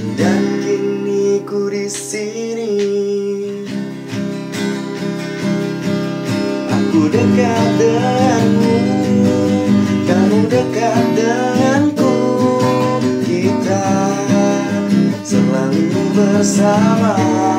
dan kini ku di sini. Aku dekat denganmu, kamu dekat denganku. Kita selalu bersama.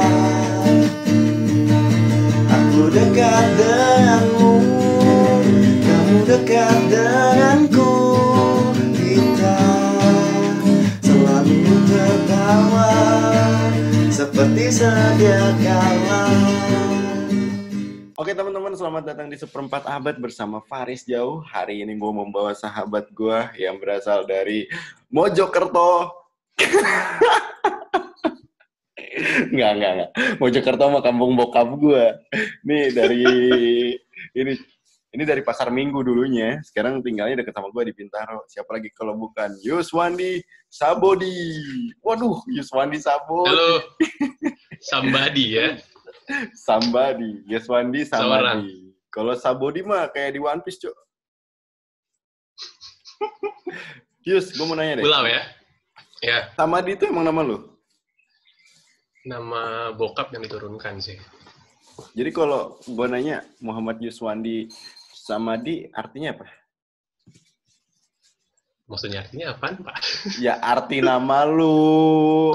Aku dekat denganmu, kamu dekat denganku. Kita selalu tertawa seperti sedia kala. Oke teman-teman, selamat datang di Seperempat Abad bersama Faris Jauh. Hari ini gue membawa sahabat gue yang berasal dari Mojokerto. Enggak. Mojokerto sama kampung bokap gue. Nih ini dari Pasar Minggu dulunya. Sekarang tinggalnya deket sama gue di Bintaro. Siapa lagi kalau bukan Yuswandi Sabodi. Waduh, Yuswandi Sabodi. Halo, Sambadi ya. Sambadi, Yuswandi Samadi. Kalau Sabodi mah kayak di One Piece, Cok. Yus, gue mau nanya deh. Pulau ya? Ya. Samadi itu emang nama lu? Nama bokap yang diturunkan sih. Jadi kalau gue nanya Muhammad Yuswandi Samadi artinya apa? Maksudnya artinya apaan, Pak? Ya arti nama lu.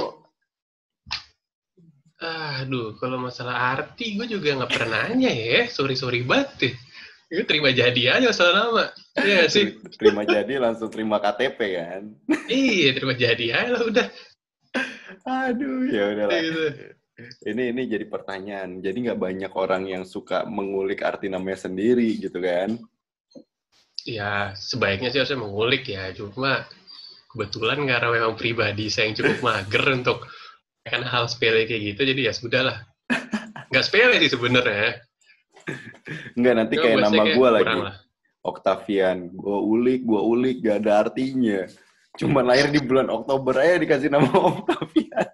Aduh, kalau masalah arti gue juga nggak pernah nanya ya. Sorry banget deh. Gue terima jadi aja masalah nama. Iya sih. Terima jadi langsung terima KTP kan? Iya, terima jadi aja lah udah. Aduh, ya udahlah. Gitu. Ini jadi pertanyaan. Jadi nggak banyak orang yang suka mengulik arti namanya sendiri gitu kan? Ya, sebaiknya sih harusnya mengulik ya. Cuma kebetulan karena memang pribadi saya yang cukup mager untuk kan hal sepele kayak gitu, jadi ya sudahlah. Nggak sepele sih sebenarnya. Enggak, nanti kayak nama gue lagi. Lah. Octavian. Gue ulik, gak ada artinya. Cuma lahir di bulan Oktober aja dikasih nama Octavian.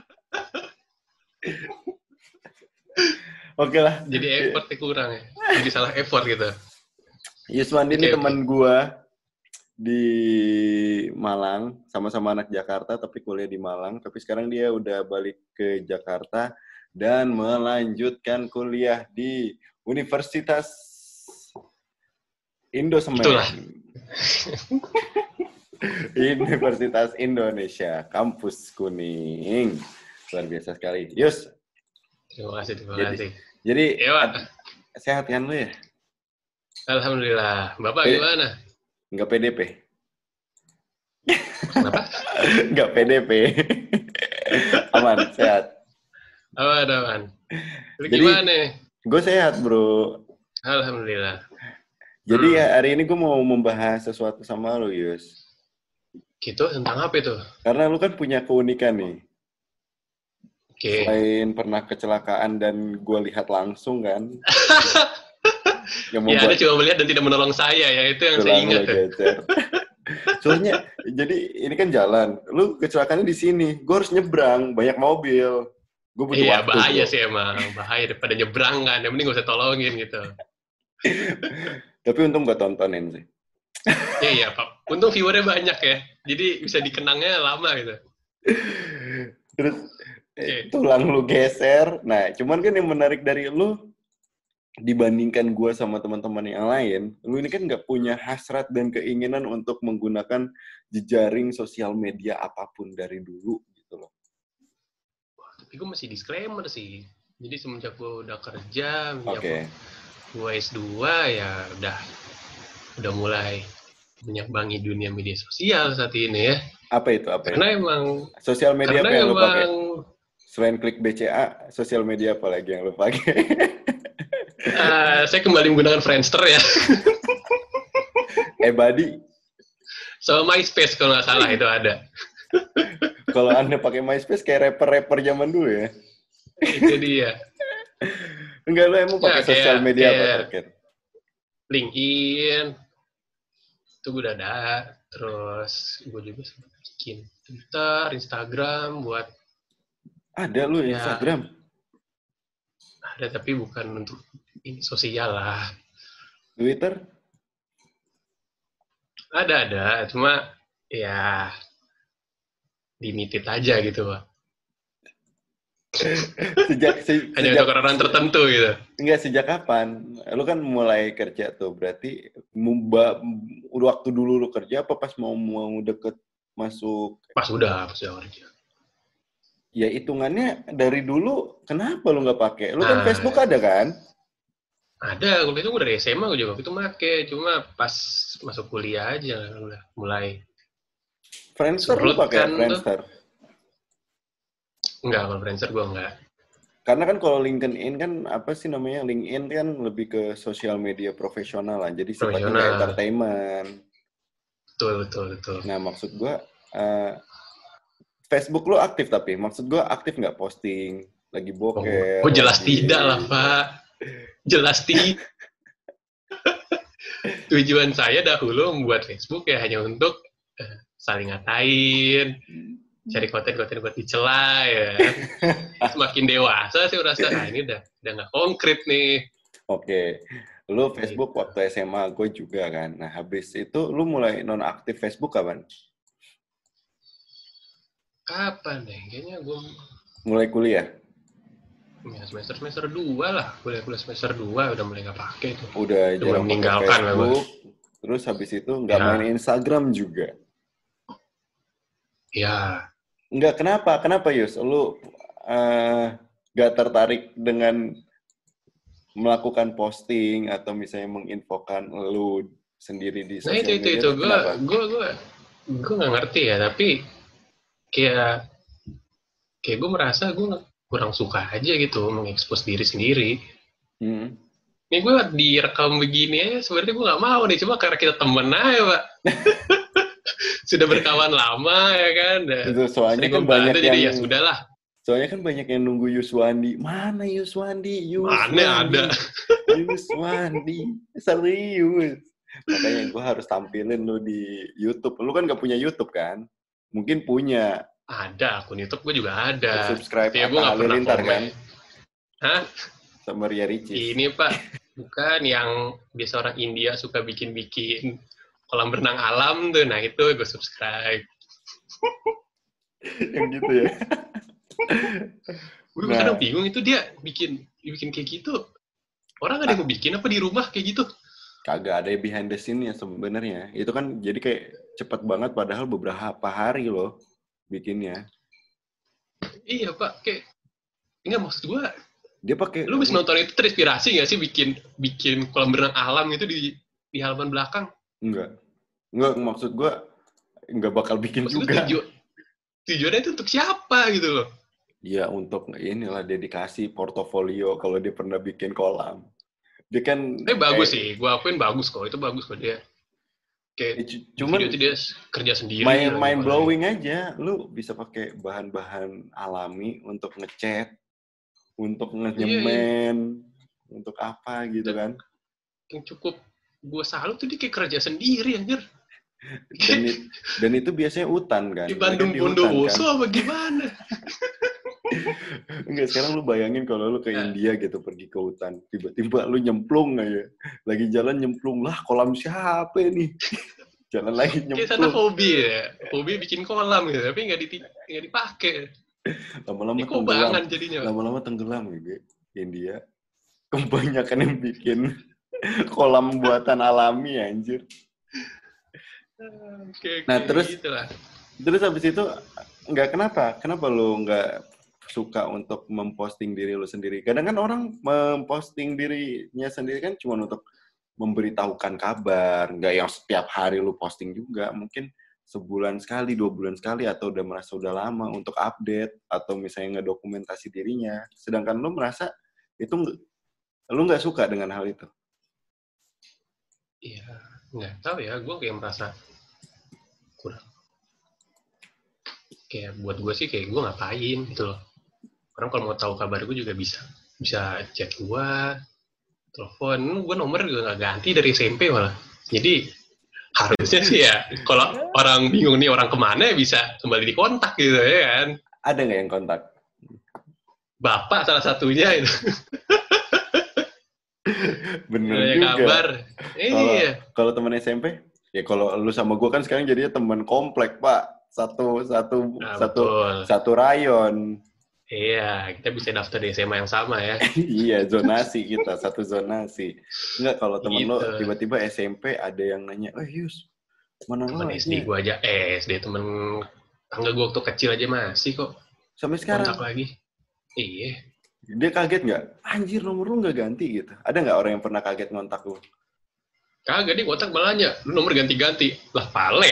Oke lah. Jadi effortnya kurang ya. Jadi salah effort gitu. Yuswandi ini teman gue di Malang, sama-sama anak Jakarta tapi kuliah di Malang, tapi sekarang dia udah balik ke Jakarta dan melanjutkan kuliah di Universitas Indosemen. Itulah. Universitas Indonesia, Kampus Kuning. Luar biasa sekali. Yus. Terima kasih. Jadi sehat kan lu ya? Alhamdulillah. Bapak gimana? Enggak PDP. Kenapa? Enggak PDP. Aman, sehat. Aman. Lu gimana? Gue sehat, bro. Alhamdulillah. Jadi hari ini gue mau membahas sesuatu sama lu, Yus. Gitu? Tentang apa itu? Karena lu kan punya keunikan nih. Oke. Selain pernah kecelakaan dan gue lihat langsung kan. Ya, Anda cuma melihat dan tidak menolong saya ya, itu yang saya ingat. Soalnya, jadi ini kan jalan. Lu kecelakaannya di sini. Gue harus nyebrang, banyak mobil. Gue butuh waktu. Iya, bahaya sih emang. Bahaya daripada nyebrang kan. Yang penting gak usah tolongin gitu. Tapi untung gue tontonin sih. Iya, Pak. Untung viewernya banyak ya. Jadi bisa dikenangnya lama gitu. Terus tulang lu geser. Nah, cuman kan yang menarik dari lu, dibandingkan gue sama teman-teman yang lain, lu ini kan nggak punya hasrat dan keinginan untuk menggunakan jejaring sosial media apapun dari dulu gitu loh. Tapi gue masih disclaimer sih. Jadi semenjak gue udah kerja, gue S2 ya udah mulai menyambangi dunia media sosial saat ini ya. Apa itu? Karena emang sosial media apa yang lu pakai? Selain klik BCA, sosial media apa lagi yang lu pakai? Saya kembali menggunakan Friendster ya. Buddy. Sama MySpace kalau nggak salah itu ada. Kalau Anda pakai MySpace kayak rapper zaman dulu ya? Itu dia. Enggak, lo emang pakai sosial media apa terakhir? LinkedIn. Itu gue udah ada. Terus gue juga sempat bikin Twitter, Instagram buat. Ada lu Instagram? Ada, tapi bukan untuk ini sosial lah. Twitter? Ada. Cuma ya limited aja gitu Pak. Hanya sejak untuk orang tertentu gitu. Enggak, sejak kapan? Lu kan mulai kerja tuh, berarti waktu dulu lu kerja apa pas mau deket masuk? Pas udah kerja. Ya hitungannya dari dulu, kenapa lu nggak pakai? Lu kan Nah, Facebook ada kan? ada, waktu itu gue dari SMA gue juga waktu itu make, cuma pas masuk kuliah aja udah mulai Friendster lu surut pakai kan tuh. Friendster? Enggak, kalau Friendster gue enggak. Karena kan kalau LinkedIn kan apa sih namanya? LinkedIn kan lebih ke sosial media profesional lah, jadi sifatnya nggak entertainment. Betul. Nah maksud gua Facebook lu aktif tapi maksud gua aktif nggak posting lagi boker? Oh jelas tidak lah Pak, jelas tidak. Tujuan saya dahulu membuat Facebook ya hanya untuk saling ngatain, cari konten-konten buat dicela ya. Semakin dewasa sih merasa ini udah nggak konkret nih. Oke. Lu Facebook waktu SMA, gue juga kan. Nah, habis itu lu mulai nonaktif Facebook kapan? Kapan deh? Kayaknya gue mulai kuliah. Ya, semester 2 lah. Kuliah semester 2 udah mulai nggak pakai tuh. Udah jarang meninggalkan Facebook. Terus habis itu nggak main Instagram juga. Ya. Nggak, kenapa Yus? Lu nggak tertarik dengan melakukan posting atau misalnya menginfokan lu sendiri di sosial media? Nah gue nggak ngerti ya, tapi kayak gue merasa gue kurang suka aja gitu mengekspos diri sendiri. Ini gue direkam begini aja sebenarnya gue nggak mau nih, cuma karena kita temen aja Pak. Sudah berkawan lama ya kan. Soalnya kan banyak yang ya sudahlah. Soalnya kan banyak yang nunggu Yuswandi. Mana Yuswandi? Mana ada? Yuswandi. Serius. Makanya gue harus tampilin lu di YouTube. Lu kan gak punya YouTube kan? Mungkin punya. Ada, akun YouTube gue juga ada. Subscribe ya, gue gak pernah Halilintar kan? Hah? Sama Ria Ricis. Ini Pak, bukan yang biasa orang India suka bikin-bikin kolam renang alam tuh. Nah itu gue subscribe. Yang gitu ya? Gue kadang bingung itu dia bikin kayak gitu. Orang ada yang mau bikin apa di rumah kayak gitu? Kagak ada behind the scene-nya sebenarnya. Itu kan jadi kayak cepet banget padahal beberapa hari loh bikinnya. Iya Pak, kayak enggak maksud gue. Dia pakai. Lu bisa nonton itu terinspirasi nggak sih bikin kolam renang alam itu di halaman belakang? Enggak maksud gue nggak bakal bikin maksud juga. Tujuannya itu untuk siapa gitu loh? Ya untuk inilah dedikasi portofolio kalau dia pernah bikin kolam. Dia kan bagus sih, gue akuin bagus kok, itu bagus kok dia. Kayak cuman video itu dia kerja sendiri. Main blowing aja, lu bisa pakai bahan-bahan alami untuk ngecat, untuk ngenyemen, untuk apa gitu kan? Yang cukup gue salut tuh dia kayak kerja sendiri anjir. Dan itu biasanya hutan kan? Di Bandung Bondowoso kan? Apa gimana? Enggak, sekarang lu bayangin kalau lu ke India gitu, pergi ke hutan. Tiba-tiba lu nyemplung aja. Lagi jalan nyemplung. Lah, kolam siapa nih? Jalan lagi nyemplung. Kayak sana hobi ya. Hobi bikin kolam gitu, tapi nggak dipakai. Lama-lama tenggelam. Jadinya. Lama-lama tenggelam gitu. India. Kebanyakan yang bikin kolam buatan alami anjir. Nah, terus habis itu kenapa lu nggak suka untuk memposting diri lu sendiri? Kadang kan orang memposting dirinya sendiri kan cuma untuk memberitahukan kabar, nggak yang setiap hari lu posting juga, mungkin sebulan sekali, 2 bulan sekali, atau udah merasa udah lama untuk update, atau misalnya ngedokumentasi dirinya. Sedangkan lu merasa itu lu nggak suka dengan hal itu? Iya, nggak tahu ya, gue kayak merasa kurang. Kayak buat gue sih kayak gue ngapain gitu loh. Orang kalau mau tahu kabar gue juga bisa chat gue, telepon. Gue nomor juga nggak ganti dari SMP malah. Jadi harusnya sih ya kalau orang bingung nih orang kemana ya bisa kembali dikontak gitu ya kan. Ada nggak yang kontak? Bapak salah satunya itu. Bener juga. Kabar. Kalau teman SMP, ya kalau lu sama gue kan sekarang jadinya teman komplek Pak. satu rayon. Iya, kita bisa daftar di SMA yang sama ya. Iya, zonasi kita, satu zonasi. Enggak, kalau temen gitu. lo tiba-tiba SMP ada yang nanya, Yus, mana lo temen aja? SD gue aja, SD temen tangga gue waktu kecil aja masih kok. Sampai sekarang? Kontak lagi. Iya. Dia kaget nggak? Anjir, nomor lu nggak ganti gitu. Ada nggak orang yang pernah kaget ngontak lu? Kagak, dia kontak malahnya. Lu nomor ganti-ganti. Lah, pale.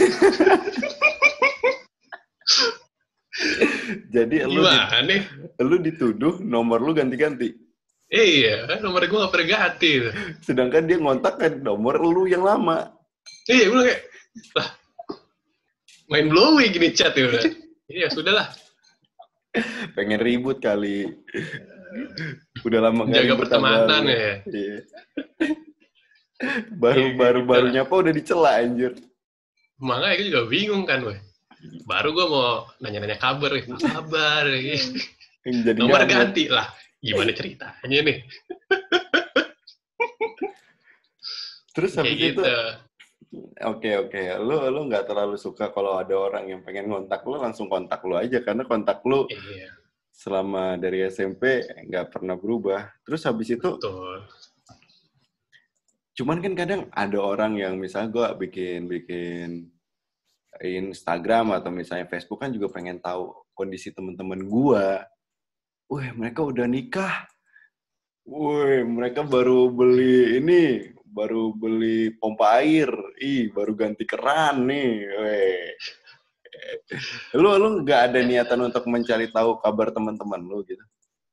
Jadi lu dituduh nomor lu ganti-ganti. Iya, nomor gue gak pernah ganti. Sedangkan dia ngontak kan nomor lu yang lama. Iya, gue kayak, lah, main blowing gini chat ya udah. Iya, sudahlah. Pengen ribut kali. Udah lama nggak ribut. Jaga pertemanan ya. Iya. Baru nyapa udah dicela anjir. Makanya gue juga bingung kan, weh. Baru gue mau nanya-nanya kabar, apa kabar? Jadi nomor ganti lah. Gimana ceritanya nih? Terus habis gitu. Itu, oke. Lu nggak terlalu suka kalau ada orang yang pengen kontak lu, langsung kontak lu aja. Karena kontak lu selama dari SMP nggak pernah berubah. Terus habis itu, betul. Cuman kan kadang ada orang yang misalnya gue bikin Instagram atau misalnya Facebook kan juga pengen tahu kondisi teman-teman gue. Wih, mereka udah nikah. Wih, mereka baru beli pompa air. Baru ganti keran nih. Wih. Lu nggak ada niatan untuk mencari tahu kabar teman-teman lu gitu?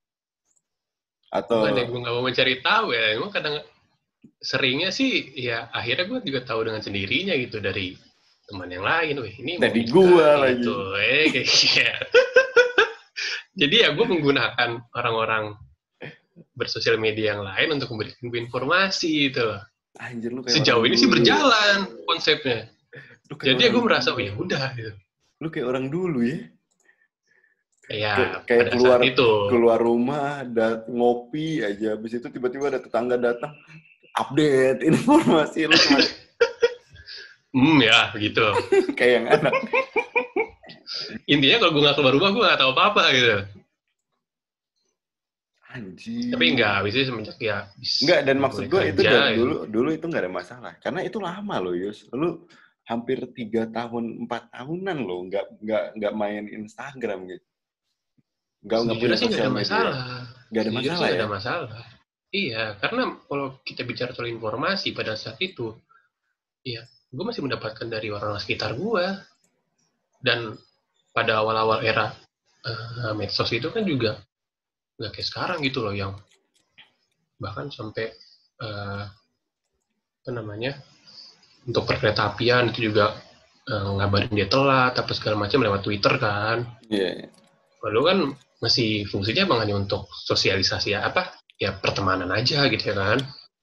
Atau? Bukan ya, gue nggak mau mencari tahu ya. Gue kadang seringnya sih, ya akhirnya gue juga tahu dengan sendirinya gitu dari teman yang lain. Wih, ini dari gue lagi. Gitu. Jadi ya gue menggunakan orang-orang bersosial media yang lain untuk memberikan informasi gitu. Anjir, lu sejauh ini sih berjalan konsepnya. Jadi ya gue merasa, ya udah gitu. Lu kayak orang dulu ya? Ya, kayak keluar rumah, ngopi aja. Habis itu tiba-tiba ada tetangga datang, update informasi lu. Ya, begitu. Kayak yang anak. Intinya kalau gue nggak keluar rumah, gue nggak tahu apa-apa gitu. Anjir. Tapi nggak, bisa semenjak ya. Enggak, dan maksud gue itu dulu itu nggak ada masalah. Karena itu lama loh, Yus. Lu hampir 3 tahun, 4 tahunan loh, nggak main Instagram gitu. Nggak punya sosial media. Nggak ada masalah ya? Nggak ada masalah. Iya, karena kalau kita bicara soal informasi pada saat itu, ya, gue masih mendapatkan dari orang sekitar gue. Dan pada awal-awal era medsos itu kan juga nggak kayak sekarang gitu loh, yang bahkan sampai untuk perkereta-apian itu juga ngabarin dia telat apa segala macam lewat Twitter kan. Iya. Lalu kan masih fungsinya emang hanya untuk sosialisasi ya pertemanan aja gitu ya kan.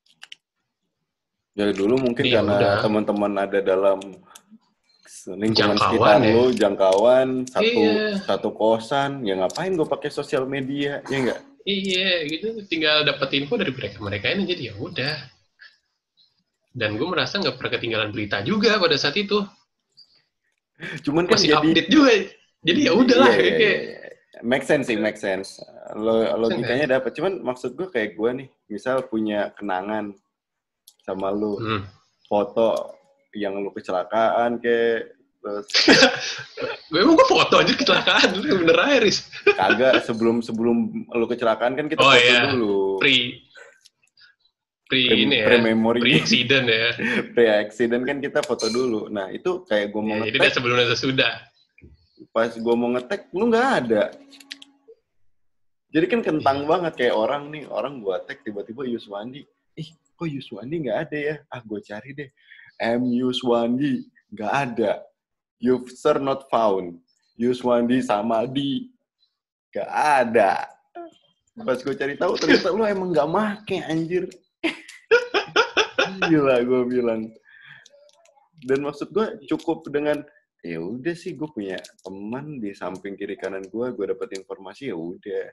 Ya dulu mungkin karena teman-teman ada dalam lingkungan sekitar lu, jangkauan, satu kosan, ya ngapain gue pakai sosial media, ya enggak? Iya, gitu. Tinggal dapat info dari mereka ini, jadi ya udah. Dan gue merasa nggak pernah ketinggalan berita juga pada saat itu. Cuman kan masih update juga, jadi ya udahlah. Make sense sih, make sense. Logikanya dapat. Cuman maksud gue kayak gue nih, misal punya kenangan sama lu, foto yang lu kecelakaan terus gue emang gue foto aja kecelakaan dulu, bener aja, Riz. Kagak, sebelum lu kecelakaan kan kita foto dulu. Pre-accident ya. Pre-accident kan kita foto dulu. Nah, itu kayak gue mau nge-tag. Jadi udah sebelum dan sesudah. Pas gue mau nge-tag, lu nggak ada. Jadi kan kentang banget kayak orang gue tag tiba-tiba Yuswandi. Kok Yuswandi nggak ada ya? Gue cari deh. Yuswandi nggak ada. User not found. Yuswandi Samadi nggak ada. Pas gue cari tahu ternyata lu emang nggak make anjir. Gila gue bilang. Dan maksud gue cukup dengan ya udah sih gue punya teman di samping kiri kanan gue dapet informasi ya udah.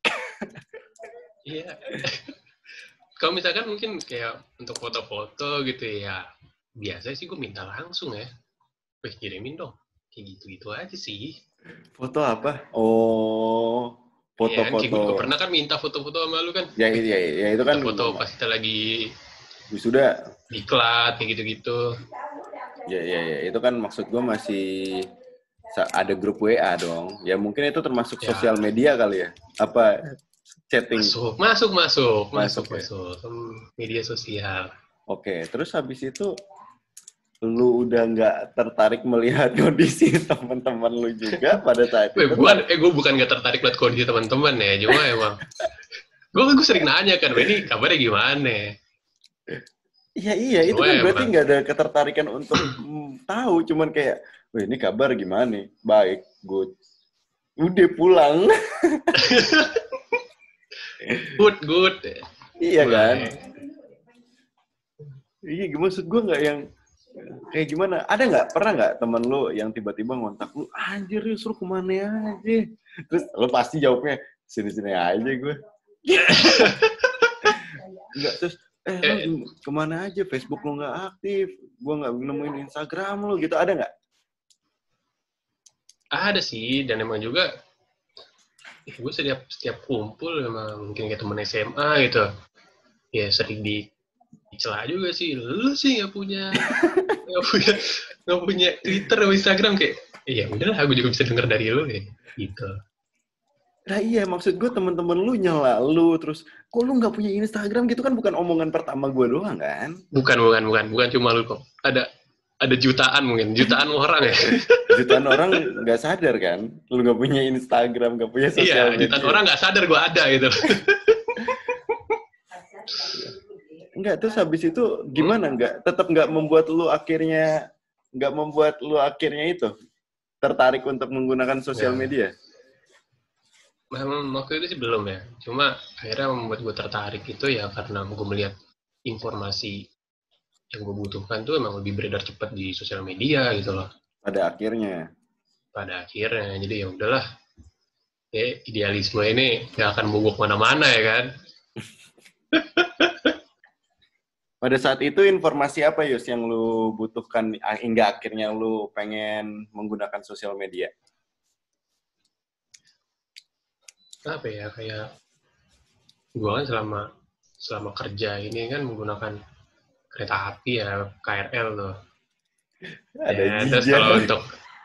Iya. Kalau misalkan mungkin kayak untuk foto-foto gitu ya, biasanya sih gue minta langsung ya. Kirimin dong. Kayak gitu-gitu aja sih. Foto apa? Oh, Ya kan, kayak gue foto-foto. juga pernah kan minta foto-foto sama lu kan. Ya, itu kan Foto-foto pas kita lagi wisuda. diklat, kayak gitu-gitu. Ya, itu kan maksud gue masih ada grup WA dong. Ya mungkin itu termasuk Ya. sosial media kali ya? Apa chatting? Masuk. Ya? Media sosial. Oke, terus habis itu lu udah nggak tertarik melihat kondisi teman-teman lu juga pada saat itu? Gue bukan gak tertarik lihat kondisi teman-teman ya, cuma emang gue sering nanya kan, ini kabarnya gimana? Iya, itu kan berarti nggak ada ketertarikan untuk tahu, cuman kayak, wah ini kabar gimana? Baik, good. Udah pulang. Good. Iya kan? Iya, maksud gue nggak yang kayak gimana? Ada nggak, pernah nggak temen lu yang tiba-tiba ngontak lu, anjir suruh kemana aja? Terus lu pasti jawabnya, sini-sini aja gue. Enggak, terus, lu kemana aja? Facebook lu nggak aktif, gue nggak nemuin Instagram lu gitu, ada nggak? Ada sih, dan emang juga gue setiap kumpul emang mungkin kayak temen SMA gitu, ya sering dicela juga sih, lu sih nggak punya Twitter atau Instagram, kayak ya udahlah, aku juga bisa denger dari lu kayak gitu. Nah iya, maksud gue temen-temen lu nyela lu, terus kok lu nggak punya Instagram gitu kan bukan omongan pertama gue doang kan? Bukan cuma lu kok. Ada jutaan orang ya. Jutaan orang nggak sadar kan, lu nggak punya Instagram, nggak punya sosial media. Jutaan orang nggak sadar gue ada gitu. Enggak, terus habis itu gimana? Tetap nggak membuat lu akhirnya itu tertarik untuk menggunakan sosial media? Memang waktu itu sih belum ya. Cuma akhirnya membuat gue tertarik itu ya karena gue melihat informasi yang gue butuhkan tuh emang lebih beredar cepat di sosial media gitu loh. Pada akhirnya, jadi ya udahlah. Idealisme ini nggak akan mogok mana-mana ya kan. pada saat itu informasi apa Yus yang lu butuhkan hingga akhirnya lu pengen menggunakan sosial media? Apa ya, kayak gue kan selama kerja ini kan menggunakan kereta api ya, KRL tuh. Ada ya, terus kalau untuk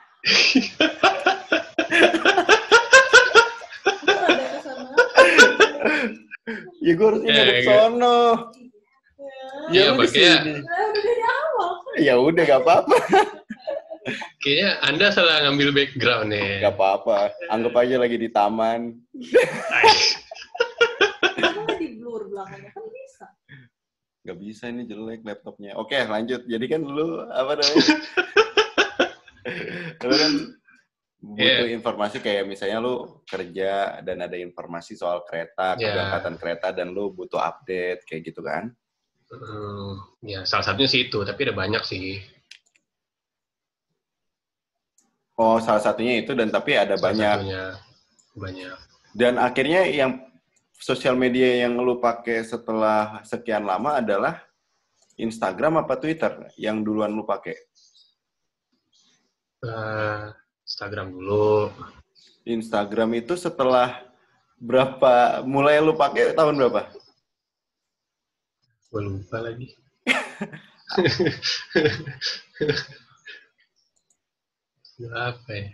ya gue harusnya ngadep sono. Ya makanya. Ya udah gak apa-apa. Kayaknya Anda salah ngambil background nih. Gak apa-apa. Anggap aja lagi di taman. Di blur belakangnya kan bisa. Gak bisa, ini jelek laptopnya. Oke, lanjut. Jadi kan dulu apa namanya? Lu kan butuh informasi kayak misalnya lu kerja dan ada informasi soal kereta, keberangkatan kereta, dan lu butuh update kayak gitu kan? Ya salah satunya sih itu, tapi ada banyak sih. Oh, salah satunya itu, dan tapi ada banyak. Dan akhirnya yang sosial media yang lu pakai setelah sekian lama adalah Instagram apa Twitter yang duluan lu pakai? Instagram dulu. Instagram itu setelah berapa, mulai lu pakai tahun berapa? Gue lupa lagi. Berapa ya?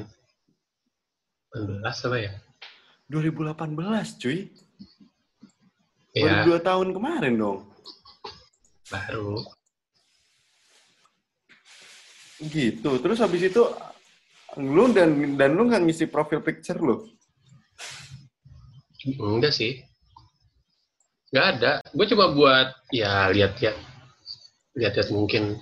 18 apa ya? 2018 cuy. Ya. Baru 2 tahun kemarin dong. Baru. Gitu. Terus habis itu lu dan lu nggak ngisi profile picture lu? Enggak sih. Nggak ada. Gue cuma buat ya lihat mungkin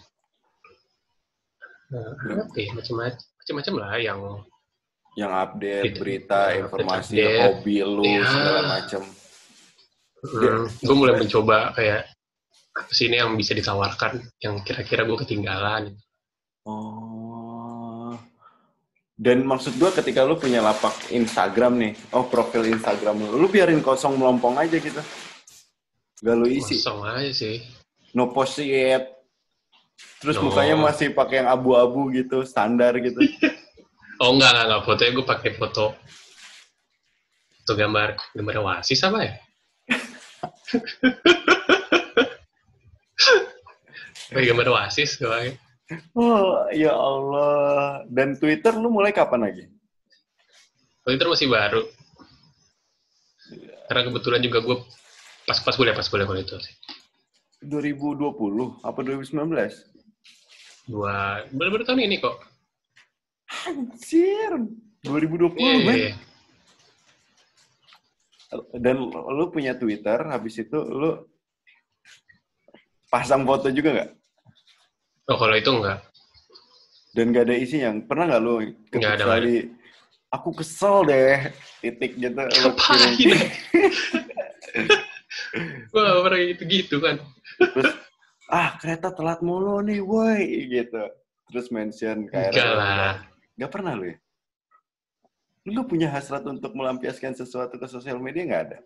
macam-macam lah yang update berita, informasi, hobi lu segala macam. Gue mulai mencoba kayak apa sih ini yang bisa ditawarkan yang kira-kira gue ketinggalan. Oh. Dan maksud gue ketika lu punya lapak Instagram nih, profil Instagram lu biarin kosong melompong aja gitu. Gak lu isi. Kosong aja sih. No post yet. Terus mukanya masih pakai yang abu-abu gitu, standar gitu. Oh enggak. Fotonya gue pakai foto gambar Oasis apa ya? Pakai gambar Oasis gue. Oh, ya Allah. Dan Twitter lu mulai kapan lagi? Twitter masih baru. Karena kebetulan juga gue pas kuliah kalau itu sih. 2020 apa 2019? Baru tahun ini kok. Anjir, 2020 men. Dan lu punya Twitter, habis itu lu pasang foto juga nggak? Oh, kalau itu enggak. Dan nggak ada isinya. Pernah nggak lu ketik sekali, aku kesel deh, titik gitu. Ngapain? Wah, pernah gitu-gitu kan. Terus, kereta telat mulu nih, woi, gitu. Terus mention KRL. Enggak lah. Nggak pernah lu ya? Lu nggak punya hasrat untuk melampiaskan sesuatu ke sosial media, nggak ada?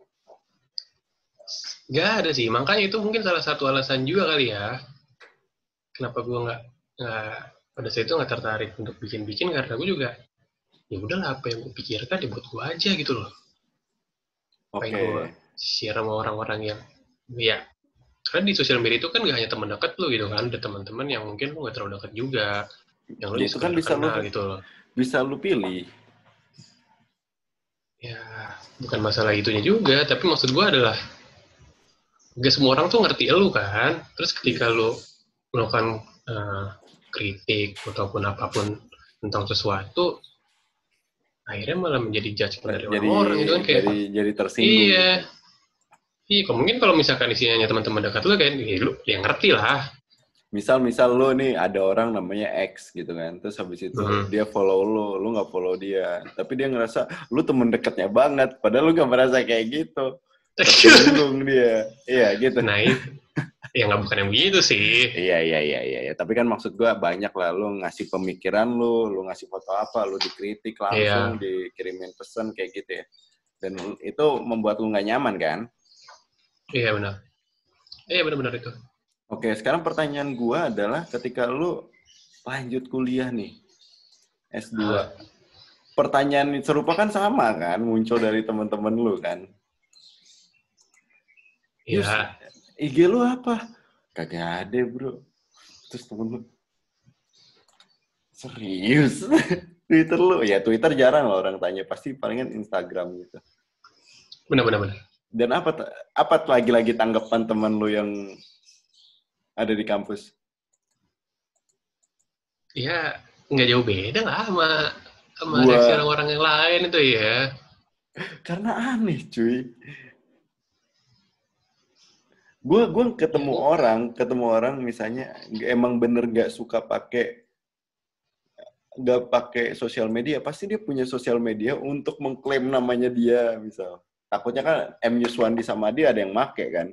Nggak ada sih. Makanya itu mungkin salah satu alasan juga kali ya. Kenapa gue nggak pada saat itu nggak tertarik untuk bikin-bikin, karena gue juga ya udahlah, apa yang gue pikirkan dibuat gue aja gitu loh. Apa yang gue share sama orang-orang yang ya, karena di sosial media itu kan gak hanya teman dekat lu gitu kan, ada teman-teman yang mungkin lu gak terlalu dekat juga, yang lu itu kan bisa kenal gitu loh. Bisa lu pilih. Ya bukan masalah itunya juga, tapi maksud gue adalah gak semua orang tuh ngerti lu kan. Terus ketika lu melakukan kritik ataupun apapun tentang sesuatu, akhirnya malah menjadi judgement dari orang-orang itu kan, kayak jadi tersinggung. Iya, mungkin kalau misalkan isinya teman-teman dekat lu kan, lu yang ngerti lah. Misal lu nih ada orang namanya X gitu kan, terus habis itu dia follow lu nggak follow dia, tapi dia ngerasa lu temen dekatnya banget, padahal lu nggak merasa kayak gitu. Tersinggung dia, iya gitu. Nah, ya nggak, bukan yang begitu sih. Iya. Tapi kan maksud gue banyak lah, lu ngasih pemikiran lu ngasih foto apa, lu dikritik langsung, dikirimin pesan kayak gitu ya. Dan itu membuat lu nggak nyaman kan? Iya benar. Iya benar itu. Oke, sekarang pertanyaan gue adalah ketika lu lanjut kuliah nih, S2. Pertanyaan serupa kan sama kan, muncul dari teman-teman lu kan? Iya. IG lu apa? Kagak ada, bro. Terus temen lu, serius? Twitter lu? Ya Twitter jarang lah orang tanya, pasti palingan Instagram gitu. Benar. Dan apa lagi-lagi tanggapan teman lu yang ada di kampus? Ya nggak jauh beda lah sama reaksi orang-orang yang lain itu ya. Karena aneh cuy. Gue ketemu orang misalnya emang bener gak suka gak pakai sosial media, pasti dia punya sosial media untuk mengklaim namanya dia, misal. Takutnya kan M. Yuswandi sama dia ada yang make kan.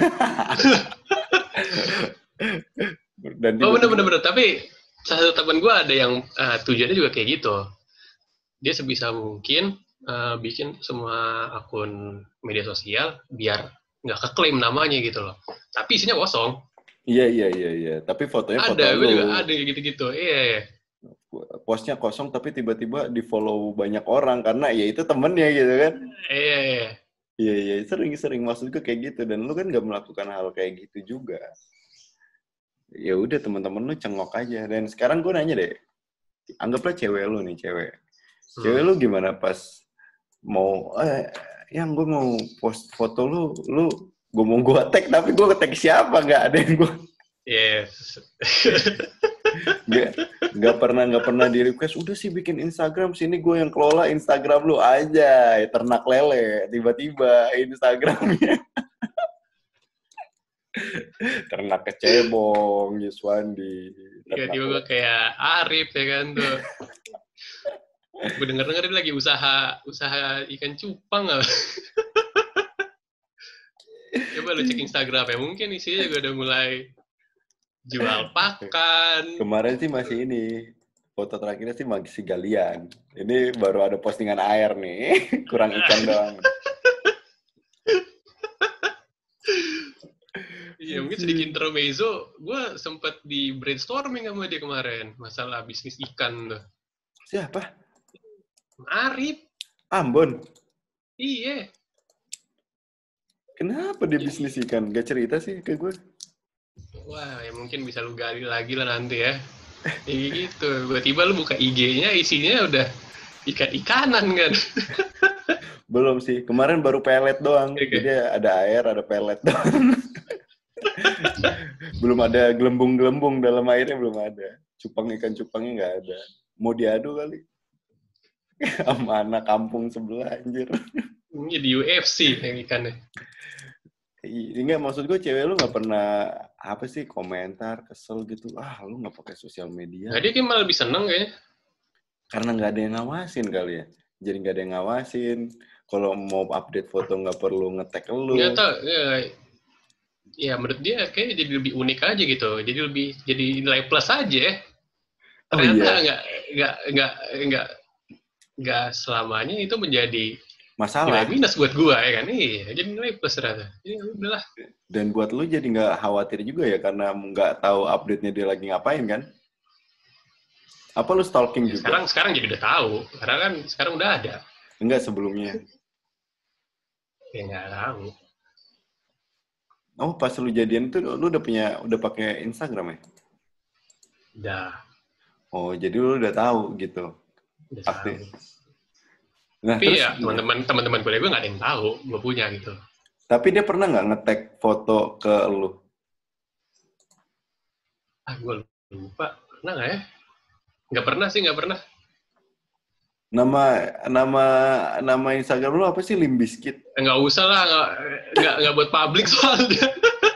Dan bener. Tapi salah satu teman gue ada yang tujuannya juga kayak gitu. Dia sebisa mungkin bikin semua akun media sosial biar nggak keklaim namanya gitu loh. Tapi isinya kosong. Iya. Tapi fotonya foto ada, lu. Gue juga ada gitu-gitu. Iya. Postnya kosong tapi tiba-tiba di follow banyak orang karena ya itu temennya gitu kan. Iya, sering maksudku kayak gitu, dan lu kan gak melakukan hal kayak gitu juga. Ya udah, teman-teman lu cengok aja. Dan sekarang gue nanya deh, anggaplah cewek lu nih, cewek lu gimana pas mau yang gue mau post foto lu gue mau gue tag, tapi gue tag siapa, nggak ada yang gue nggak pernah di request, udah sih bikin Instagram, sini gue yang kelola Instagram lu aja, ternak lele, tiba-tiba Instagramnya ternak kecebong, Yuswandi. Tiba-tiba kayak Arif ya kan tuh. Gue denger lagi usaha ikan cupang nggak? Coba lu cek Instagram ya, mungkin isinya juga udah mulai jual pakan. Kemarin sih masih ini, foto terakhirnya sih masih galian. Ini baru ada postingan air nih, kurang ikan doang. Iya Ya mungkin sedikit intermezzo, gue sempat di brainstorming sama dia kemarin masalah bisnis ikan tuh. Siapa? Arif. Ambon. Iya. Kenapa dia bisnis ikan? Gak cerita sih ke gue. Wah, ya mungkin bisa lu gali lagi lah nanti ya. Gitu. Tiba-tiba lu buka IG-nya, isinya udah ikan-ikanan kan. Belum sih. Kemarin baru pelet doang. Okay. Jadi ada air, ada pelet doang. Belum ada gelembung-gelembung dalam airnya, belum ada. Ikan cupangnya nggak ada. Mau diadu kali. Sama anak kampung sebelah, anjir. Ini di UFC yang ikannya. Enggak, maksud gue cewek lu nggak pernah apa sih komentar kesel gitu, lu nggak pakai sosial media. Nah, dia kayak malah lebih seneng kayaknya. Karena nggak ada yang ngawasin kali ya. Jadi nggak ada yang ngawasin. Kalau mau update foto nggak perlu nge-tag lu. Nggak tahu. Ya menurut dia kayaknya jadi lebih unik aja gitu. Jadi nilai plus aja. Ternyata nggak selamanya itu menjadi masalah. Nilai minus buat gua ya kan. Iya, jadi nilai plus ternyata. Jadi udahlah. Dan buat lu jadi nggak khawatir juga ya karena nggak tahu update-nya dia lagi ngapain kan? Apa lu stalking ya, juga? Sekarang jadi udah tahu. Karena kan sekarang udah ada. Enggak sebelumnya. Ya nggak tahu. Oh, pas lu jadian tuh lu udah pakai Instagram ya? Udah. Oh, jadi lu udah tahu gitu. Udah aktif. tahu. Nah, tapi terus ya teman-teman kuliah gue nggak ada yang tahu gue punya gitu. Tapi dia pernah nggak nge-tag foto ke lu? Gue lupa. Pernah nggak ya? Nggak pernah. Nama Instagram lu apa sih? Limbiskit? Nggak usah lah, nggak buat publik soalnya.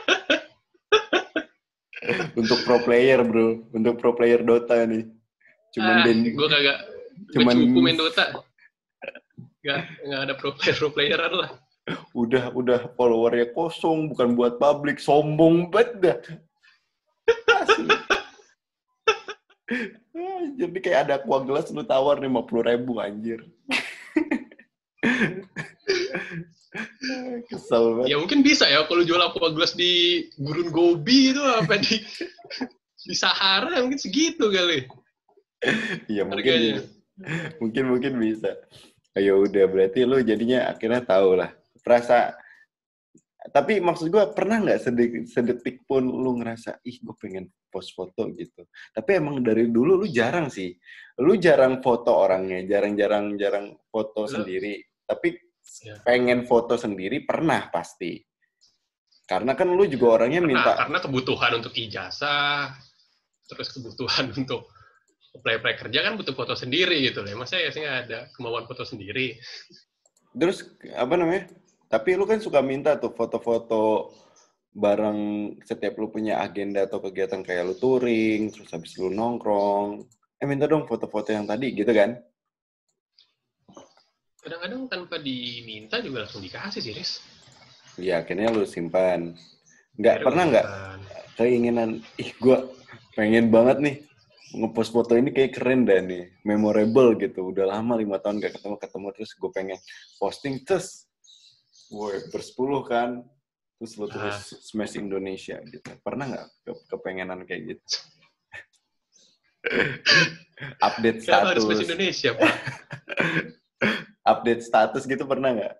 Untuk pro player bro, untuk pro player Dota nih. Gue cukup main Dota. Nggak ada pro playeran lah. Udah followernya kosong, bukan buat publik, sombong banget dah. Jadi kayak ada aqua gelas lu tawar 50.000 anjir. Kesel banget. Ya mungkin bisa ya kalau jual aqua gelas di Gurun Gobi itu apa di Sahara mungkin segitu kali. Iya mungkin bisa. Ayo udah berarti lu jadinya akhirnya tahu lah. Tapi maksud gue pernah nggak sedetik pun lu ngerasa gue pengen post foto gitu. Tapi emang dari dulu lu jarang sih. Lu jarang foto orangnya, jarang foto sendiri. Tapi pengen foto sendiri pernah pasti. Karena kan lu juga orangnya minta. Karena kebutuhan untuk ijazah, terus kebutuhan untuk apply kerja kan butuh foto sendiri gitu loh. Masa ya sih nggak ada kemauan foto sendiri. Terus apa namanya? Tapi lu kan suka minta tuh foto-foto bareng setiap lu punya agenda atau kegiatan kayak lu touring, terus habis lu nongkrong. Minta dong foto-foto yang tadi gitu kan? Kadang-kadang tanpa diminta juga langsung dikasih sih, Riz. Iya, akhirnya lu simpan. Pernah nggak keinginan, gue pengen banget nih ngepost foto ini kayak keren dah nih, memorable gitu. Udah lama 5 tahun gak ketemu terus gue pengen posting terus. Bersepuluh kan, terus lo terus smash Indonesia gitu. Pernah nggak kepengenan kayak gitu? Update status. Harus smash Indonesia, Pak. Update status gitu pernah nggak?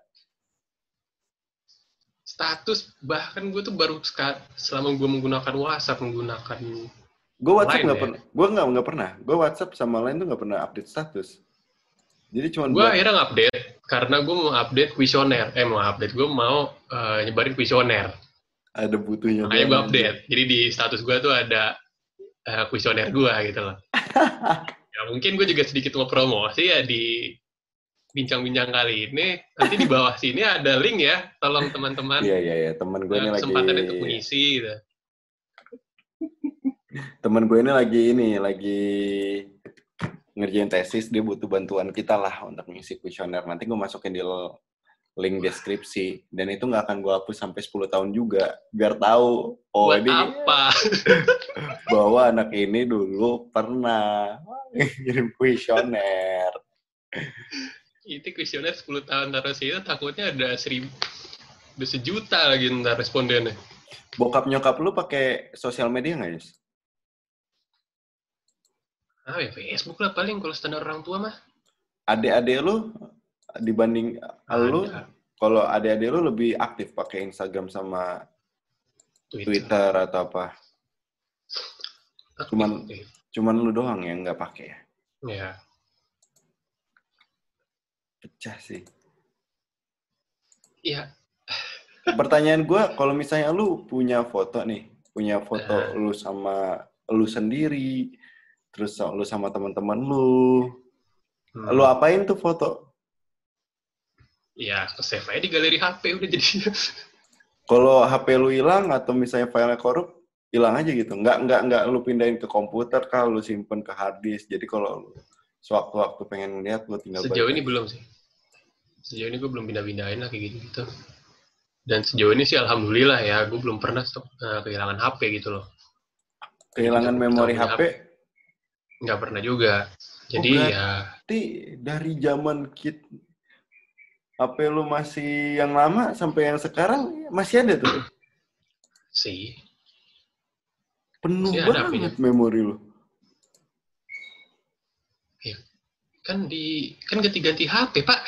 Status, bahkan gue tuh baru selama gue menggunakan WhatsApp, gue WhatsApp nggak pernah. Gue nggak pernah. Gue WhatsApp sama lain tuh nggak pernah update status. Jadi cuma gue akhirnya nge-update karena gue mau update kuesioner. Gue mau nyebarin kuesioner. Ada butuhnya. Makanya gue update. Jadi di status gue tuh ada kuesioner gue gitu loh. Ya mungkin gue juga sedikit mau promosi ya di bincang-bincang kali ini. Nanti di bawah sini ada link ya. Tolong teman-teman. Iya. Teman gue ini lagi. Kesempatan untuk mengisi gitu. Teman gue ini lagi ngerjain tesis, dia butuh bantuan kita lah untuk ngisi kuesioner. Nanti gue masukin di link deskripsi. Dan itu nggak akan gue hapus sampai 10 tahun juga. Biar tahu. Buat ini apa? Bahwa anak ini dulu pernah ngirim kuesioner. Itu kuesioner 10 tahun terus itu takutnya ada 1 juta lagi ntar respondennya. Bokap nyokap lu pakai sosial media nggak, Yus? Ya Facebook lah paling kalau standar orang tua mah. Adik-adik lu dibanding lu, Ada. kalau adik-adik lu lebih aktif pakai Instagram sama Twitter atau apa? Cuman lu doang yang nggak pakai ya? Ya. Pecah sih. Iya. Pertanyaan gue, kalau misalnya lu punya foto lu sama lu sendiri, terus lu sama teman-teman lu, lu apain tuh foto? Ya, save aja di galeri HP udah jadi. Kalau HP lu hilang atau misalnya filenya korup, hilang aja gitu. Nggak lu pindahin ke komputer kah, lu simpen ke hard disk. Jadi kalau sewaktu-waktu pengen lihat, lu tinggal Sejauh ini belum sih. Sejauh ini gue belum pindah-pindahin lah kayak gitu. Dan sejauh ini sih alhamdulillah ya, gue belum pernah kehilangan HP gitu loh. Kehilangan memori HP? Nggak pernah juga. Jadi berarti dari zaman HP lu masih yang lama sampai yang sekarang masih ada tuh? Sih. Penuh banget memori lu. Ya. Kan ganti-ganti HP, Pak.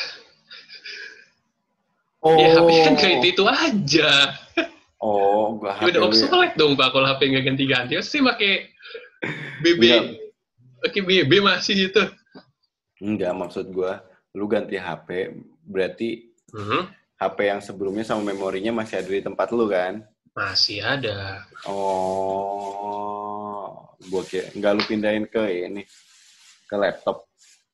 Oh. Ya, HP kan kayak itu aja. Oh, gua HP. Udah obsolete dong, Pak, kalau HP nggak ganti-ganti. Pasti pakai BB. Pakai BB masih gitu. Enggak, maksud gua, lu ganti HP, berarti HP yang sebelumnya sama memorinya masih ada di tempat lu kan? Masih ada. Oh, gua kira nggak lu pindahin ke laptop?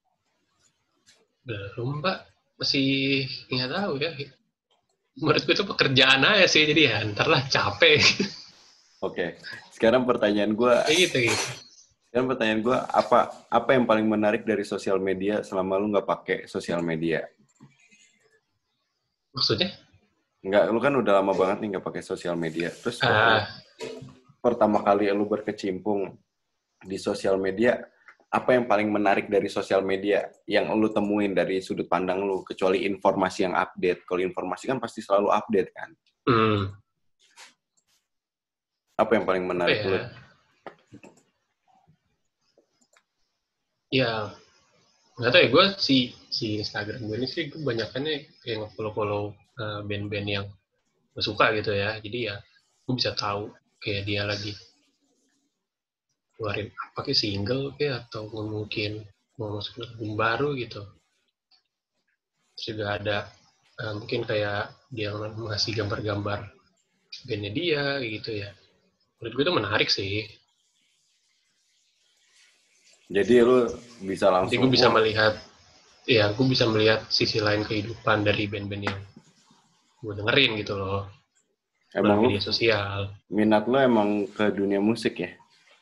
Belum, Pak. Masih nggak tahu ya. Menurut gue itu pekerjaan aja sih, jadi ya ntarlah capek. Oke. Sekarang pertanyaan gue. Gitu. Sekarang pertanyaan gue, apa yang paling menarik dari sosial media selama lu nggak pakai sosial media? Maksudnya? Nggak, lu kan udah lama banget nih nggak pakai sosial media. Terus pertama kali lu berkecimpung di sosial media, apa yang paling menarik dari sosial media yang lu temuin dari sudut pandang lu, kecuali informasi yang update? Kalau informasi kan pasti selalu update kan? Apa yang paling menarik lu? Ya, nggak tahu ya, gue si Instagram gue ini sih, gue banyakannya kayak nge-follow band-band yang gue suka gitu ya. Jadi ya, gue bisa tahu kayak dia lagi keluarin apa kayak single kayak, atau mungkin mau masuk album baru gitu. Terus juga ada mungkin kayak dia ngasih gambar-gambar bandnya dia gitu ya. Menurut gue itu menarik sih. Jadi lu bisa langsung. Jadi gue bisa melihat sisi lain kehidupan dari band-band yang gue dengerin gitu loh. Emang media sosial. Minat lo emang ke dunia musik ya?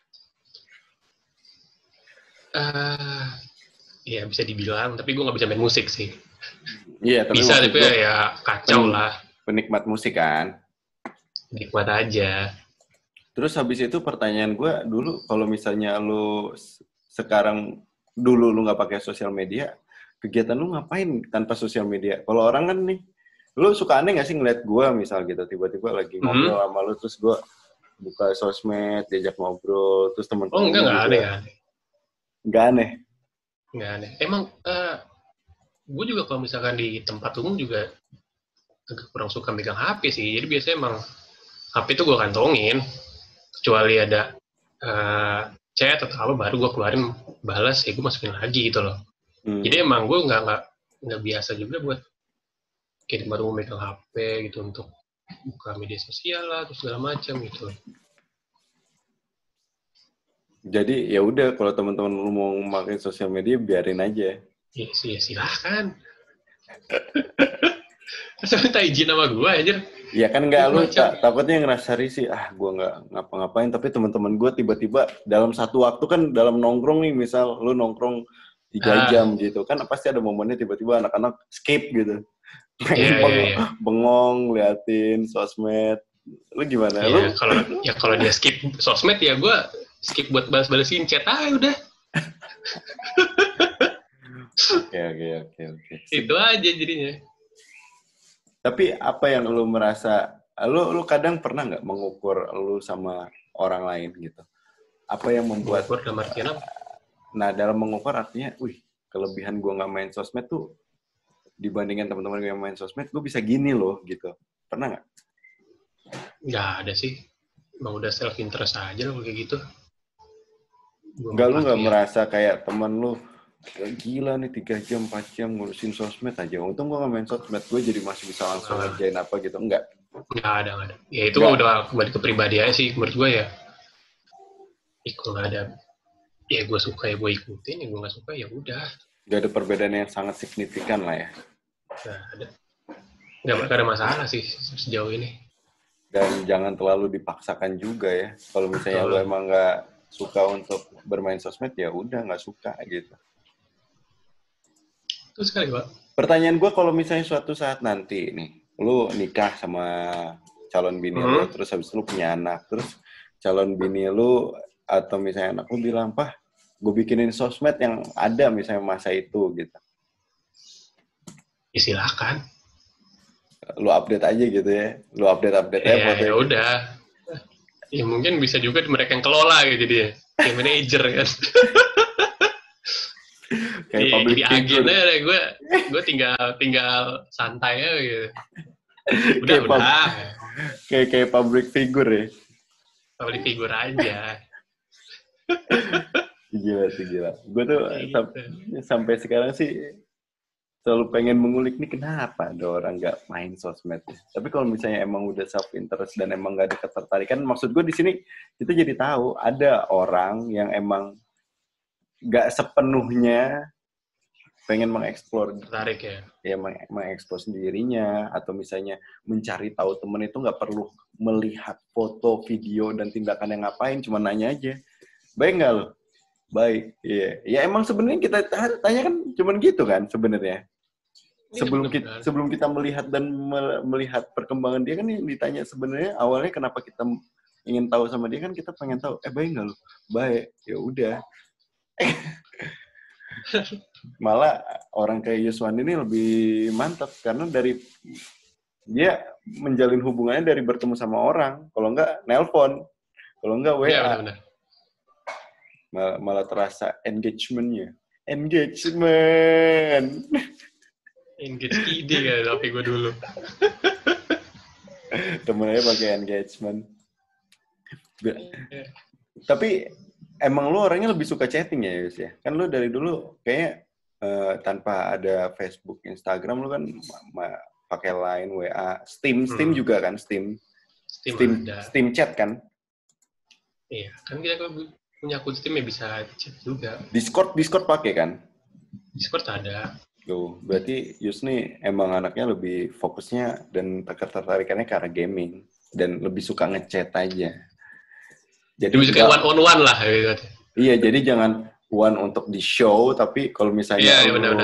Ya bisa dibilang, tapi gue nggak bisa main musik sih. Iya, tapi bisa, tapi ya kacau lah. Penikmat musik kan? Nikmat aja. Terus habis itu pertanyaan gue dulu, kalau misalnya lu sekarang, dulu lu nggak pakai sosial media, kegiatan lu ngapain tanpa sosial media? Kalau orang kan nih, lu suka aneh nggak sih ngeliat gue misal gitu, tiba-tiba lagi ngobrol sama lu, terus gue buka sosmed, diajak ngobrol, terus teman-teman enggak aneh. Nggak aneh? Nggak aneh. Emang gue juga kalau misalkan di tempat umum juga agak kurang suka megang HP sih. Jadi biasanya emang HP itu gue kantongin, kecuali ada chat atau apa baru gue keluarin balas, ya gue masukin lagi gitu loh. Jadi emang gue nggak biasa juga buat kayak baru megang HP gitu untuk buka media sosial lah terus segala macam gitu. Jadi ya udah, kalau teman-teman lu mau pakai sosial media biarin aja. Iya sih, ya silahkan. Masa minta izin sama gue aja? Ya kan nggak, lu takutnya ngerasa risih, gue nggak ngapa-ngapain, tapi teman-teman gue tiba-tiba dalam satu waktu kan, dalam nongkrong nih, misal lu nongkrong 3 jam gitu kan, pasti ada momennya tiba-tiba anak-anak skip gitu. Bengong liatin sosmed. Lu gimana? Kalau dia skip sosmed ya gue skip buat balas-balasin chat udah. Oke. Itu aja jadinya. Tapi apa yang lu merasa lu kadang pernah nggak mengukur lu sama orang lain gitu? Apa yang membuat... Mengukur dalam artian apa? Nah, dalam mengukur artinya, kelebihan gue nggak main sosmed tuh dibandingkan teman-teman gue yang main sosmed, gue bisa gini loh gitu. Pernah nggak? Nggak ada sih. Emang udah self-interest aja loh kayak gitu. Nggak, lu nggak merasa kayak teman lu, gila nih 3 jam, 4 jam ngurusin sosmed aja. Untung gue nggak main sosmed, gue jadi masih bisa langsung ngerjain apa gitu. Enggak? Nggak ada. Ya itu udah kembali ke pribadi aja sih. Menurut gue ya, kalau nggak ada, ya gue suka ya gue ikutin, ya gue nggak suka ya udah. Nggak ada perbedaan yang sangat signifikan lah ya? Nggak ada. Nggak ada masalah sih sejauh ini. Dan jangan terlalu dipaksakan juga ya. Kalau misalnya lu emang nggak suka untuk bermain sosmed, ya udah nggak suka gitu. Itu sekali, Pak. Pertanyaan gue, kalau misalnya suatu saat nanti nih, lu nikah sama calon bini lu, terus habis itu lu punya anak, terus calon bini lu atau misalnya anak lu bilang, "Pah, gue bikinin sosmed yang ada misalnya masa itu," gitu. Ya silakan. Lu update aja gitu ya. Lu update aja. Ya udah. Ya mungkin bisa juga mereka yang kelola gitu dia. Kayak manajer kan. Kayak ya, public jadi figure. agennya gue tinggal santai aja gitu. Udah. Kayak public figure ya. Public figure aja. Gila. Gue tuh sampai sekarang sih selalu pengen mengulik nih kenapa ada orang nggak main sosmed. Tapi kalau misalnya emang udah self interest dan emang nggak ada ketertarikan, maksud gue di sini kita jadi tahu ada orang yang emang nggak sepenuhnya pengen mengeksplor, tertarik ya, mengeksplor sendirinya, atau misalnya mencari tahu temen itu nggak perlu melihat foto, video dan tindakan yang ngapain, cuma nanya aja, baik nggak lo? Baik, iya. Ya emang sebenarnya kita tanya kan cuman gitu kan sebenarnya. Sebelum kita melihat dan melihat perkembangan dia kan yang ditanya sebenarnya awalnya kenapa kita ingin tahu sama dia kan kita pengen tahu, baik nggak lo? Baik, ya udah. Malah orang kayak Yuswan ini lebih mantap karena dari dia menjalin hubungannya dari bertemu sama orang, kalau nggak nelpon, kalau nggak WA. Ya, benar. Malah terasa engagement engage ide kan tapi gue dulu temennya pakai engagement. Tapi emang lu orangnya lebih suka chatting ya Yus ya? Kan lu dari dulu kayak tanpa ada Facebook, Instagram lu kan pakai Line, WA, Steam juga kan, Steam chat kan? Iya, kan kita punya akun Steam ya bisa chat juga. Discord pakai kan? Discord ada. Tuh, berarti Yus nih emang anaknya lebih fokusnya dan ketertarikannya ke arah gaming dan lebih suka ngechat aja. Jadi lebih suka one on one lah gitu. Iya, jadi jangan one untuk di show, tapi kalau misalnya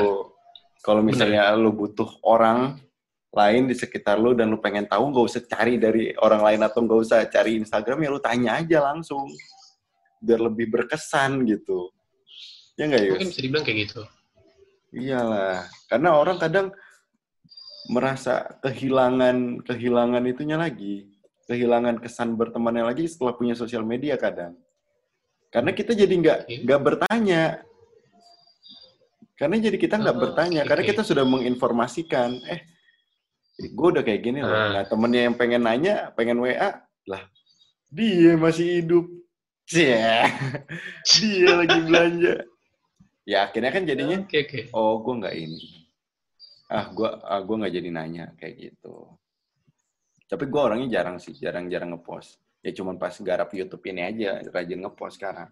lu butuh orang lain di sekitar lu dan lu pengen tahu, nggak usah cari dari orang lain atau nggak usah cari Instagram, ya lu tanya aja langsung biar lebih berkesan gitu. Ya nggak, Yus? Mungkin bisa dibilang kayak gitu. Iyalah, karena orang kadang merasa kehilangan itunya lagi, kehilangan kesan bertemannya lagi setelah punya sosial media kadang. Karena kita jadi nggak bertanya, karena jadi kita nggak bertanya, karena kita sudah menginformasikan, gue udah kayak gini loh. Nah temennya yang pengen nanya, pengen WA, lah dia masih hidup, dia lagi belanja. Ya akhirnya kan jadinya, oh gue nggak ini, gue nggak jadi nanya kayak gitu. Tapi gue orangnya jarang ngepost. Ya cuman pas garap YouTube ini aja rajin ngepost sekarang.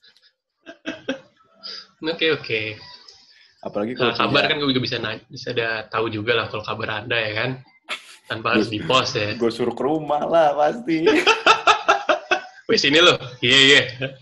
Oke. Apalagi kalau kabar kan gue juga bisa tahu juga lah kalau kabar Anda ya kan, tanpa harus dipost ya. Gue suruh ke rumah lah pasti. Wih sini loh, iya.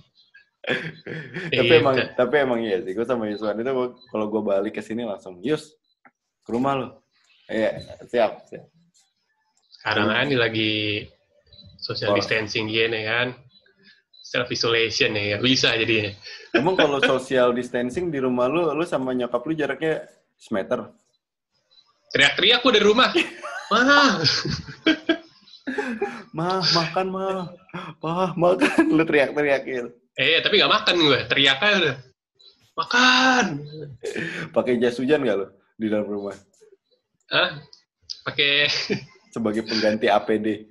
Tapi emang iya sih, gue sama Yuswan itu kalau gue balik ke sini langsung, Yus, ke rumah lo. Iya, siap. Sekarang kan ini lagi social distancing gini kan, self isolation ya, bisa jadinya. Emang kalau social distancing di rumah lu sama nyokap lu jaraknya semeter? Teriak-teriak gue dari rumah. Mana? Makan mah. Makan. Lu teriak-teriakin. Tapi nggak makan gue, teriak aja udah. Makan. Pakai jas hujan nggak lo di dalam rumah? Pakai. Sebagai pengganti APD.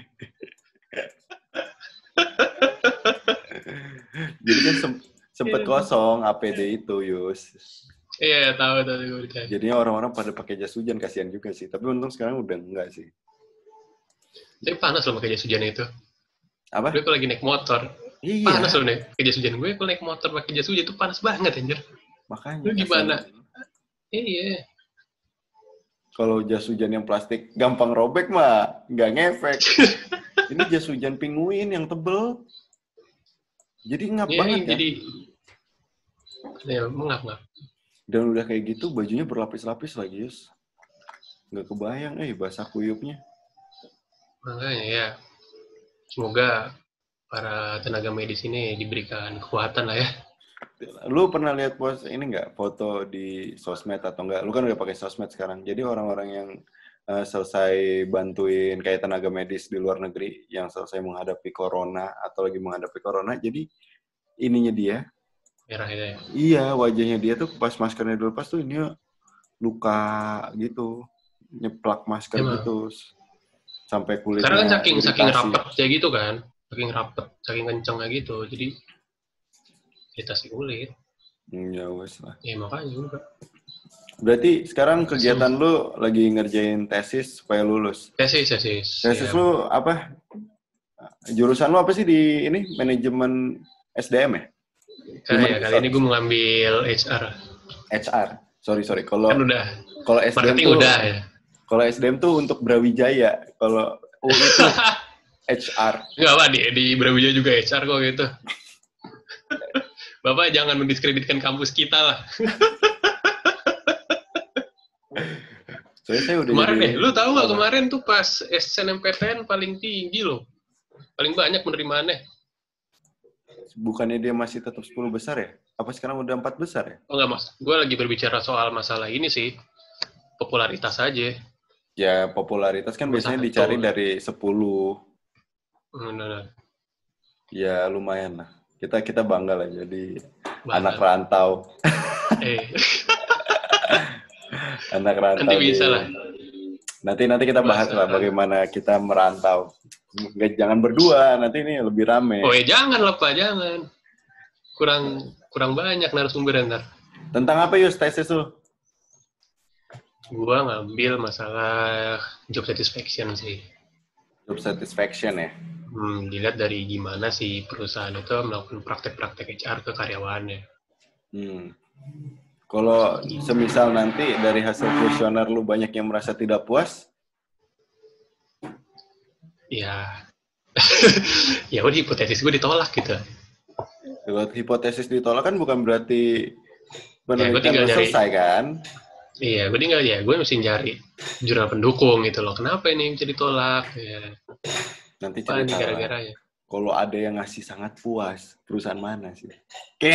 Jadi kan sempet kosong APD itu, Yus. Iya, tahu gue. Jadinya orang-orang pada pakai jas hujan, kasihan juga sih. Tapi untung sekarang udah enggak sih. Tapi panas loh pakai jas hujan itu. Apa? Gue kalau lagi naik motor. Iya. Panas loh nih pakai jas hujan. Gue kalau naik motor pakai jas hujan itu panas banget anjir. Makanya. Lu gimana? Iya. Kalau jas hujan yang plastik gampang robek mah nggak ngefek. Ini jas hujan penguin yang tebel. Jadi ngap banget kan? Jadi ya mengap. Dan udah kayak gitu bajunya berlapis-lapis lagi, Yus. Nggak kebayang, basah kuyupnya. Makanya ya. Semoga para tenaga medis ini diberikan kekuatan lah ya. Lu pernah lihat ini nggak, foto di sosmed atau nggak? Lu kan udah pakai sosmed sekarang. Jadi orang-orang yang selesai bantuin kayak tenaga medis di luar negeri yang selesai menghadapi corona atau lagi menghadapi corona, jadi ininya dia merah itu ya? Iya, wajahnya dia tuh pas maskernya dilepas tuh ini luka gitu, nyeplak masker gitu sampai kulitnya. Karena kan saking rapetnya gitu kan, saking kencengnya gitu, jadi iritasi kulit. Ya wes lah. Ya makanya juga. Berarti sekarang kegiatan lu lagi ngerjain tesis supaya lulus. Tesis ya. Lu apa? Jurusan lu apa sih di ini? Manajemen SDM ya? Kali ini gue mau ngambil HR. Sorry. Kalau kan udah. Kalau SDM tuh udah ya. Kalau SDM tuh untuk Brawijaya. Kalau UI itu HR. Enggak apa di Brawijaya juga HR kok gitu. Bapak jangan mendiskreditkan kampus kita lah. Saya udah kemarin lu tahu nggak kemarin tuh pas SNMPTN paling tinggi loh. Paling banyak penerimaannya. Bukannya dia masih tetap 10 besar ya? Apa sekarang udah 4 besar ya? Oh enggak, Mas. Gue lagi berbicara soal masalah ini sih. Popularitas aja. Ya, popularitas kan biasanya dicari dari 10. Benar. Ya, lumayan lah. Kita bangga lah jadi anak rantau. Anak rantau. Nanti bisa lah. Nanti kita bahas lah bagaimana kita merantau. Jangan berdua, nanti ini lebih rame. Oh ya jangan lah Pak, jangan. Kurang banyak narasumber ntar. Tentang apa Yus tesis lu? Gua ngambil masalah job satisfaction sih. Job satisfaction ya? Dilihat dari gimana sih perusahaan itu melakukan praktek-praktek HR ke karyawannya. Kalau semisal nanti dari hasil kuesioner lu banyak yang merasa tidak puas? Ya, ya udah hipotesis gue ditolak gitu. Kalau hipotesis ditolak kan bukan berarti penelitian selesai kan? Iya, gue mesti nyari jurnal pendukung gitu loh. Kenapa ini bisa ditolak? Ya. Nanti cerita gara-garanya. Kalau ada yang ngasih sangat puas, perusahaan mana sih? Oke.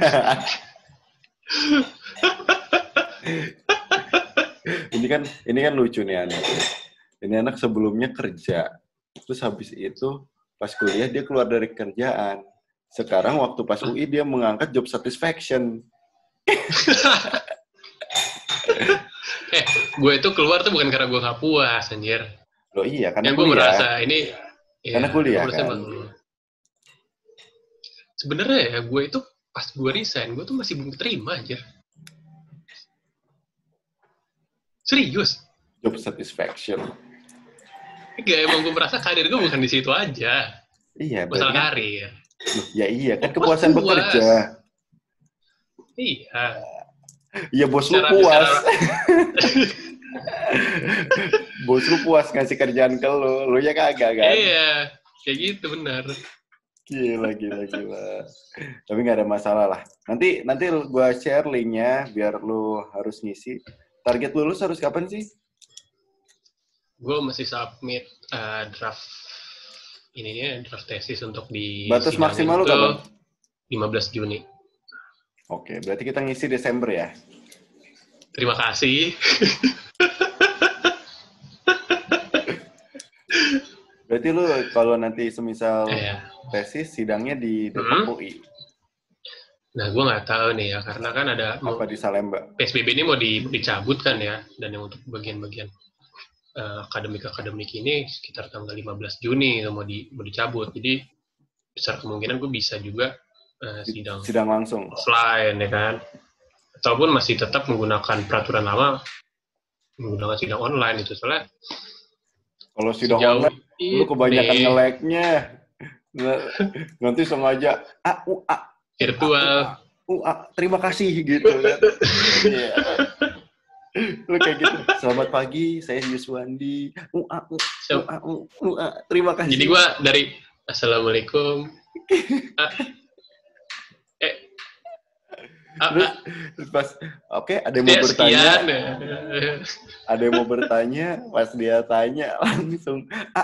Ini kan lucu nih anak. Ini anak sebelumnya kerja. Terus habis itu pas kuliah dia keluar dari kerjaan. Sekarang waktu pas UI dia mengangkat job satisfaction. Gue itu keluar tuh bukan karena gue gak puas, anjir. Loh iya, karena gue merasa ini... Karena kuliah kan? Sebenarnya ya, gue itu pas gue resign, gue tuh masih belum terima, anjir. Serius. Job satisfaction. Enggak, emang gue merasa karir gue bukan di situ aja. Iya, masalah karir. Ya iya, kan kepuasan bekerja. Iya. Iya, bos lu puas. Bos lu puas ngasih kerjaan ke lu ya kagak kan? Iya, kayak gitu benar. Gila. Tapi nggak ada masalah lah. Nanti gue share linknya biar lu harus ngisi. Target lulus harus kapan sih? Gue masih submit draft tesis untuk di batas maksimal lu kapan? 15 Juni. Oke, berarti kita ngisi Desember ya? Terima kasih. Berarti Berarti lu kalau nanti semisal tesis sidangnya di Depok UI. Nah, gue nggak tahu nih ya, karena kan ada apa di Salemba. PSBB ini mau dicabut kan ya, dan yang untuk bagian-bagian akademik ini sekitar tanggal 15 Juni mau dicabut. Jadi besar kemungkinan gue bisa juga sidang langsung offline ya kan. Ataupun masih tetap menggunakan peraturan lama, menggunakan sidang online itu. Soalnya kalau sidang online lu kebanyakan nge-lag-nya. Nanti sengaja virtual. Terima kasih gitu kan. Yeah. Lu kayak gitu. Selamat pagi, saya Yuswandi. Terima kasih. Jadi gua dari Assalamualaikum. Terus pas ada yang mau bertanya. Ada yang mau bertanya, pas dia tanya langsung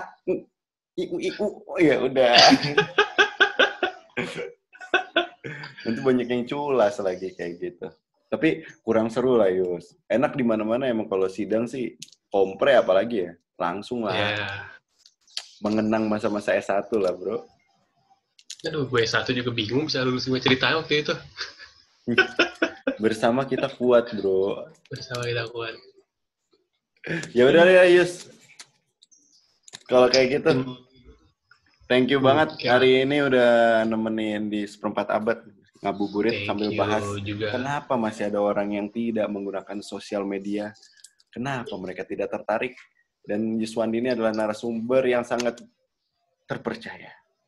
ya udah. Nanti banyak yang culas lagi kayak gitu. Tapi kurang seru lah, Yus. Enak di mana-mana emang kalau sidang sih kompre apalagi ya. Langsung lah. Yeah. Mengenang masa-masa S1 lah, bro. Aduh, gue S1 juga bingung bisa lulus semua cerita waktu itu. Bersama kita kuat, bro. Bersama kita kuat. Ya udah ya, Yus. Kalau kayak gitu. Thank you banget hari ini udah nemenin di seperempat abad. Ngabuburit sambil bahas juga. Kenapa masih ada orang yang tidak menggunakan sosial media, kenapa mereka tidak tertarik, dan Yuswandi ini adalah narasumber yang sangat terpercaya.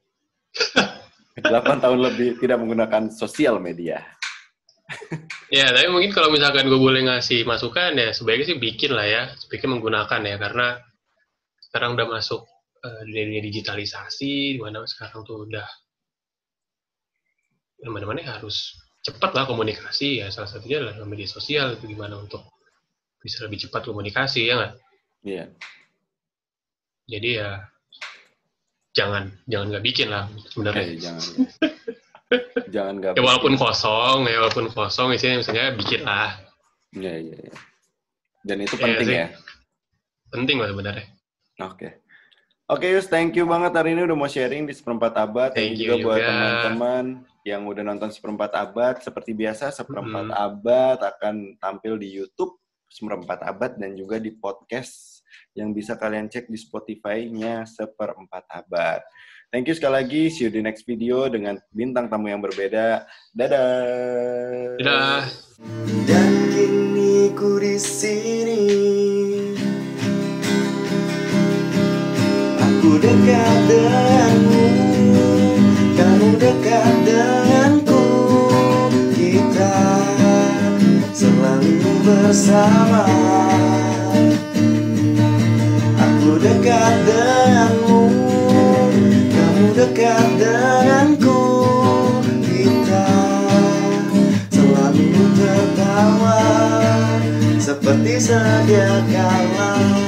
8 tahun lebih tidak menggunakan sosial media. Ya, tapi mungkin kalau misalkan gue boleh ngasih masukan ya, sebaiknya sih bikin lah ya, sebaiknya menggunakan ya, karena sekarang udah masuk dunia digitalisasi, di mana sekarang tuh udah mana-mana harus cepat lah komunikasi ya, salah satunya adalah media sosial. Itu gimana untuk bisa lebih cepat komunikasi, ya nggak? Iya. Jadi ya jangan nggak bikin lah sebenarnya. Jangan nggak. Ya walaupun kosong isinya misalnya bikin lah. Iya. Dan itu penting ya. Penting lah sebenarnya. Oke, Yus, thank you banget hari ini udah mau sharing di seperempat abad. Thank you juga buat juga. Teman-teman yang udah nonton seperempat abad. Seperti biasa, seperempat abad akan tampil di YouTube seperempat abad dan juga di podcast yang bisa kalian cek di Spotify-nya seperempat abad. Thank you sekali lagi. See you di next video dengan bintang tamu yang berbeda. Dadah. Dadah. Dan kini ku di sini. Aku dekat denganmu, kamu dekat denganku, kita selalu bersama. Aku dekat denganmu, kamu dekat denganku, kita selalu tertawa seperti sedia kala.